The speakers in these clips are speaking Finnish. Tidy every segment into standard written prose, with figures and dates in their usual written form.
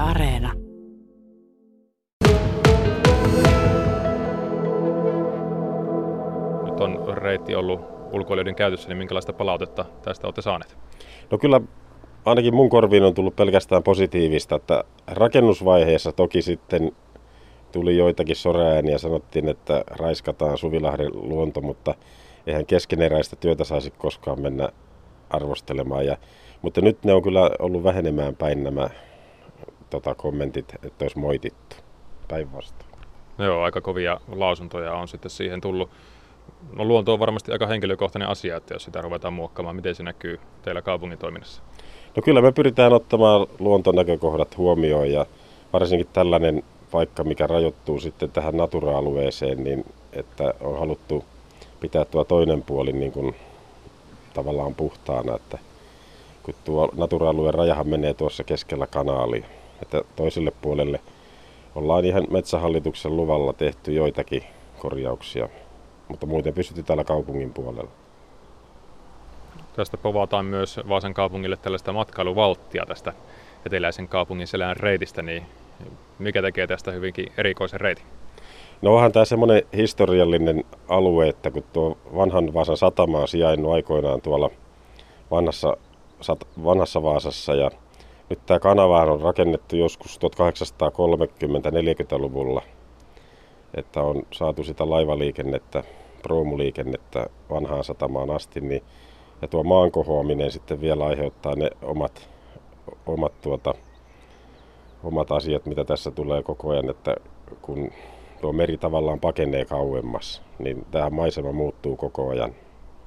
Areena. Nyt on reitti ollut ulkoilijoiden käytössä, niin minkälaista palautetta tästä olette saaneet? No kyllä ainakin mun korviin on tullut pelkästään positiivista, että rakennusvaiheessa toki sitten tuli joitakin soraääniä ja sanottiin, että raiskataan Suvilahden luonto, mutta eihän keskeneräistä työtä saisi koskaan mennä arvostelemaan. Mutta nyt ne on kyllä ollut vähenemään päin nämä kommentit, että olisi moitittu päinvastoin. Joo, aika kovia lausuntoja on sitten siihen tullut. No, luonto on varmasti aika henkilökohtainen asia, että jos sitä ruvetaan muokkaamaan, miten se näkyy teillä kaupungin toiminnassa? No kyllä me pyritään ottamaan luontonäkökohdat huomioon ja varsinkin tällainen paikka, mikä rajoittuu sitten tähän natura-alueeseen, niin että on haluttu pitää tuo toinen puoli niin kuin tavallaan puhtaana, että kun tuo natura-alueen rajahan menee tuossa keskellä kanaalia, että toiselle puolelle ollaan ihan Metsähallituksen luvalla tehty joitakin korjauksia, mutta muuten pystytään täällä kaupungin puolella. Tästä povataan myös Vaasan kaupungille tällaista matkailuvalttia tästä eteläisen kaupungin selän reitistä, niin mikä tekee tästä hyvinkin erikoisen reitin? No onhan tämä semmoinen historiallinen alue, että kun tuo vanhan Vaasan satama on sijainnut aikoinaan tuolla vanhassa Vaasassa ja nyt tämä kanava on rakennettu joskus 1830-40-luvulla, että on saatu sitä laivaliikennettä, proomuliikennettä vanhaan satamaan asti, niin, ja tuo maan kohoaminen sitten vielä aiheuttaa ne omat asiat, mitä tässä tulee koko ajan, että kun tuo meri tavallaan pakenee kauemmas, niin tämä maisema muuttuu koko ajan.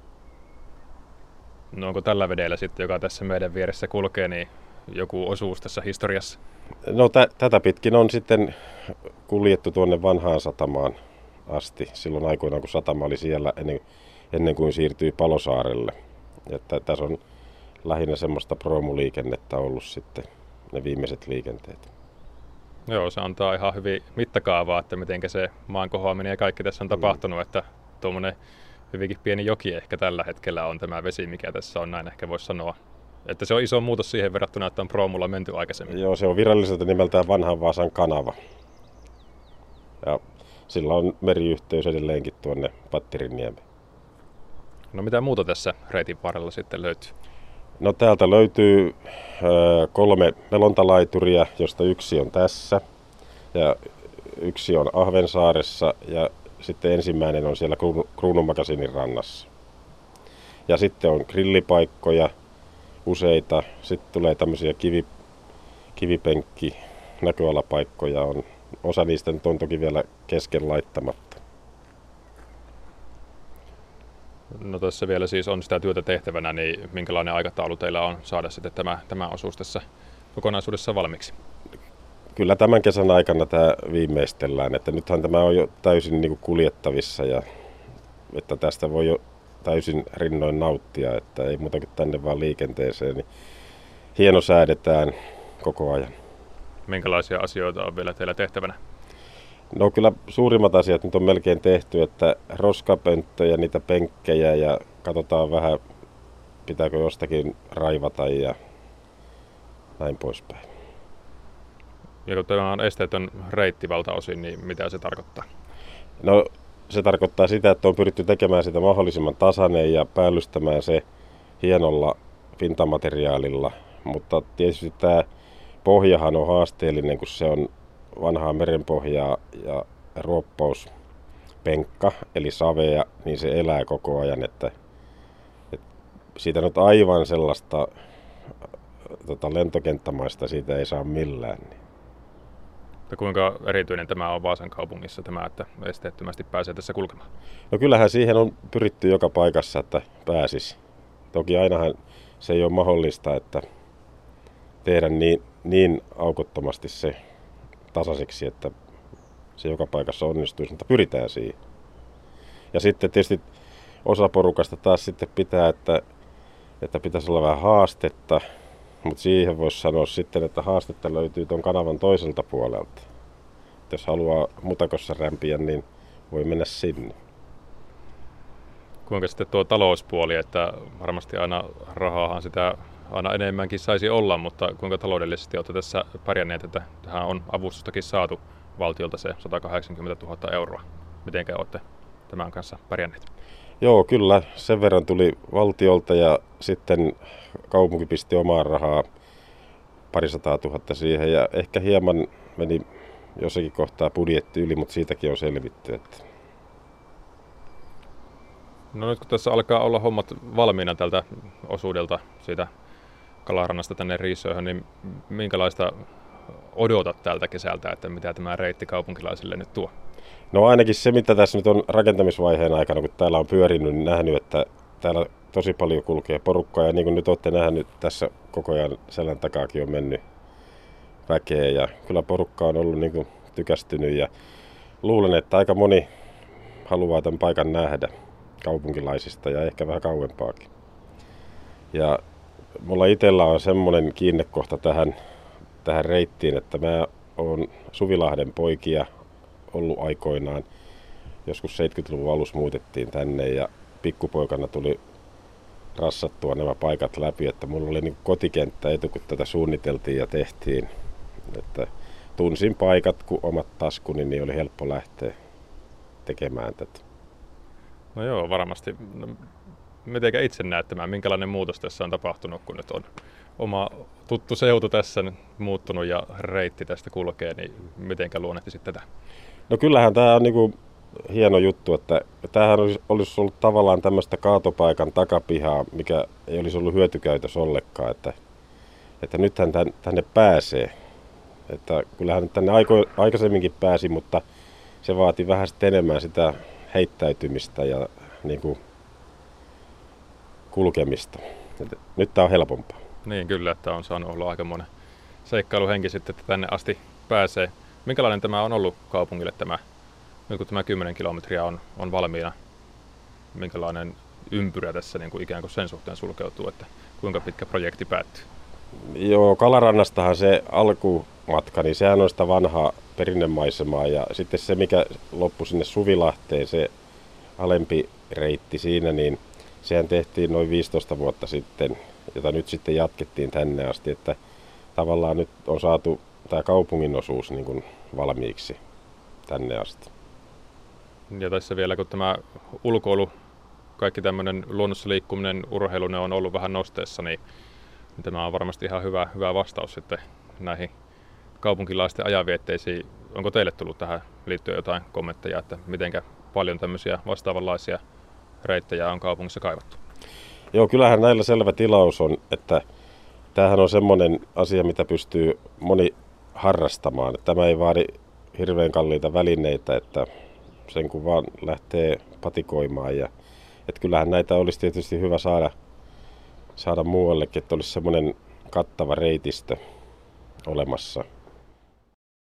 No onko tällä vedellä sitten, joka tässä meidän vieressä kulkee, niin joku osuus tässä historiassa? No tätä pitkin on sitten kuljettu tuonne vanhaan satamaan asti, silloin aikoinaan kun satama oli siellä ennen kuin siirtyi Palosaarelle. Että tässä on lähinnä semmoista proomuliikennettä ollut sitten ne viimeiset liikenteet. Joo, se antaa ihan hyvin mittakaavaa, että miten se maan kohoaminen ja kaikki tässä on tapahtunut, että tuommoinen hyvinkin pieni joki ehkä tällä hetkellä on tämä vesi, mikä tässä on, näin ehkä voisi sanoa. Että se on iso muutos siihen verrattuna, että on proomulla menty aikaisemmin. Joo, se on viralliselta nimeltään Vanhan Vaasan kanava. Ja sillä on meriyhteys edelleenkin tuonne Pattirinniemeen. No mitä muuta tässä reitin varrella sitten löytyy? No täältä löytyy 3 melontalaituria, josta yksi on tässä ja yksi on Ahvensaaressa ja sitten ensimmäinen on siellä Kruununmakasiinin rannassa. Ja sitten on grillipaikkoja useita, sitten tulee tämmöisiä kivipenkki näköalapaikkoja, osa niistä nyt on toki vielä kesken laittamatta. No tässä vielä siis on sitä työtä tehtävänä, niin minkälainen aikataulu teillä on saada sitten tämä osuus tässä kokonaisuudessa valmiiksi? Kyllä tämän kesän aikana tämä viimeistellään, että nythän tämä on jo täysin niin kuin kuljettavissa ja että tästä voi jo täysin rinnoin nauttia, että ei muuta kuin tänne vaan liikenteeseen, niin hieno säädetään koko ajan. Minkälaisia asioita on vielä teillä tehtävänä? No kyllä suurimmat asiat nyt on melkein tehty, että roskapönttöjä, niitä penkkejä ja katsotaan vähän, pitääkö jostakin raivata ja näin poispäin. Ja kun tämä on esteetön reitti valtaosin, niin mitä se tarkoittaa? No se tarkoittaa sitä, että on pyritty tekemään sitä mahdollisimman tasainen ja päällystämään se hienolla pintamateriaalilla, mutta tietysti tämä pohjahan on haasteellinen, kun se on vanhaa merenpohjaa ja ruoppauspenkka, eli savea, niin se elää koko ajan, että siitä nyt aivan sellaista lentokenttämaista siitä ei saa millään. Ja kuinka erityinen tämä on Vaasan kaupungissa, tämä, että esteettömästi pääsee tässä kulkemaan? No kyllähän siihen on pyritty joka paikassa, että pääsisi. Toki ainahan se ei ole mahdollista, että tehdä niin aukottomasti se tasaiseksi, että se joka paikassa onnistuisi, mutta pyritään siihen. Ja sitten tietysti osa porukasta taas sitten pitää, että pitäisi olla vähän haastetta, mutta siihen voisi sanoa sitten, että haastetta löytyy tuon kanavan toiselta puolelta. Et jos haluaa mutakossa rämpiä, niin voi mennä sinne. Kuinka sitten tuo talouspuoli, että varmasti aina rahaahan sitä aina enemmänkin saisi olla, mutta kuinka taloudellisesti olette tässä pärjänneet, että tähän on avustustakin saatu valtiolta se 180 000 euroa. Mitenkä olette tämän kanssa pärjänneet? Joo, kyllä. Sen verran tuli valtiolta ja sitten kaupunki pisti omaa rahaa 200 000 siihen ja ehkä hieman meni jossakin kohtaa budjetti yli, mutta siitäkin on selvitty. Että... No nyt kun tässä alkaa olla hommat valmiina tältä osuudelta siitä Kalarannasta tänne Riisööhön, niin minkälaista odotat tältä kesältä, että mitä tämä reitti kaupunkilaisille nyt tuo? No ainakin se, mitä tässä nyt on rakentamisvaiheen aikana, kun täällä on pyörinyt, niin nähnyt, että täällä tosi paljon kulkee porukkaa. Ja niin kuin nyt olette nähnyt, tässä koko ajan selän takaakin on mennyt väkeä. Ja kyllä porukka on ollut niin kuin tykästynyt ja luulen, että aika moni haluaa tämän paikan nähdä kaupunkilaisista ja ehkä vähän kauempaakin. Ja mulla itsellä on semmoinen kiinnekohta tähän reittiin, että mä oon Suvilahden poikia ollut aikoinaan. Joskus 70-luvun alussa muutettiin tänne ja pikkupoikana tuli rassattua nämä paikat läpi, että mulla oli niin kotikenttä etu, kun tätä suunniteltiin ja tehtiin. Että tunsin paikat kuin omat taskuni, niin oli helppo lähteä tekemään tätä. No joo, varmasti. No, mitenkä itse näet tämän? Minkälainen muutos tässä on tapahtunut, kun nyt on oma tuttu seutu tässä muuttunut ja reitti tästä kulkee, niin mitenkä luonnehtisit tätä? No kyllähän tämä on niinku hieno juttu, että tämähän olisi ollut tavallaan tämmöistä kaatopaikan takapihaa, mikä ei olisi ollut hyötykäytös ollenkaan, että nythän tänne pääsee. Että kyllähän tänne aikaisemminkin pääsi, mutta se vaati vähän sitten enemmän sitä heittäytymistä ja niinku kulkemista. Nyt tämä on helpompaa. Niin kyllä, että on saanut olla aikamoinen seikkailuhenki sitten, että tänne asti pääsee. Minkälainen tämä on ollut kaupungille nyt kun tämä 10 kilometriä on valmiina? Minkälainen ympyrä tässä niin kuin ikään kuin sen suhteen sulkeutuu, että kuinka pitkä projekti päättyy? Joo, Kalarannastahan se alkumatka, niin sehän on sitä vanhaa perinnemaisemaa ja sitten se, mikä loppui sinne Suvilahteen, se alempi reitti siinä, niin sehän tehtiin noin 15 vuotta sitten, jota nyt sitten jatkettiin tänne asti, että tavallaan nyt on saatu tämä kaupungin osuus niin kuin valmiiksi tänne asti. Ja tässä vielä, kun tämä ulkoilu, kaikki tämmöinen luonnossa liikkuminen, urheilu, ne on ollut vähän nosteessa, niin tämä on varmasti ihan hyvä vastaus sitten näihin kaupunkilaisten ajanvietteisiin. Onko teille tullut tähän liittyen jotain kommentteja, että mitenkä paljon tämmöisiä vastaavanlaisia reittejä on kaupungissa kaivattu? Joo, kyllähän näillä selvä tilaus on, että tämähän on semmoinen asia, mitä pystyy moni harrastamaan. Tämä ei vaadi hirveän kalliita välineitä, että sen kun vaan lähtee patikoimaan. Ja, että kyllähän näitä olisi tietysti hyvä saada muuallekin, että olisi semmoinen kattava reitistö olemassa.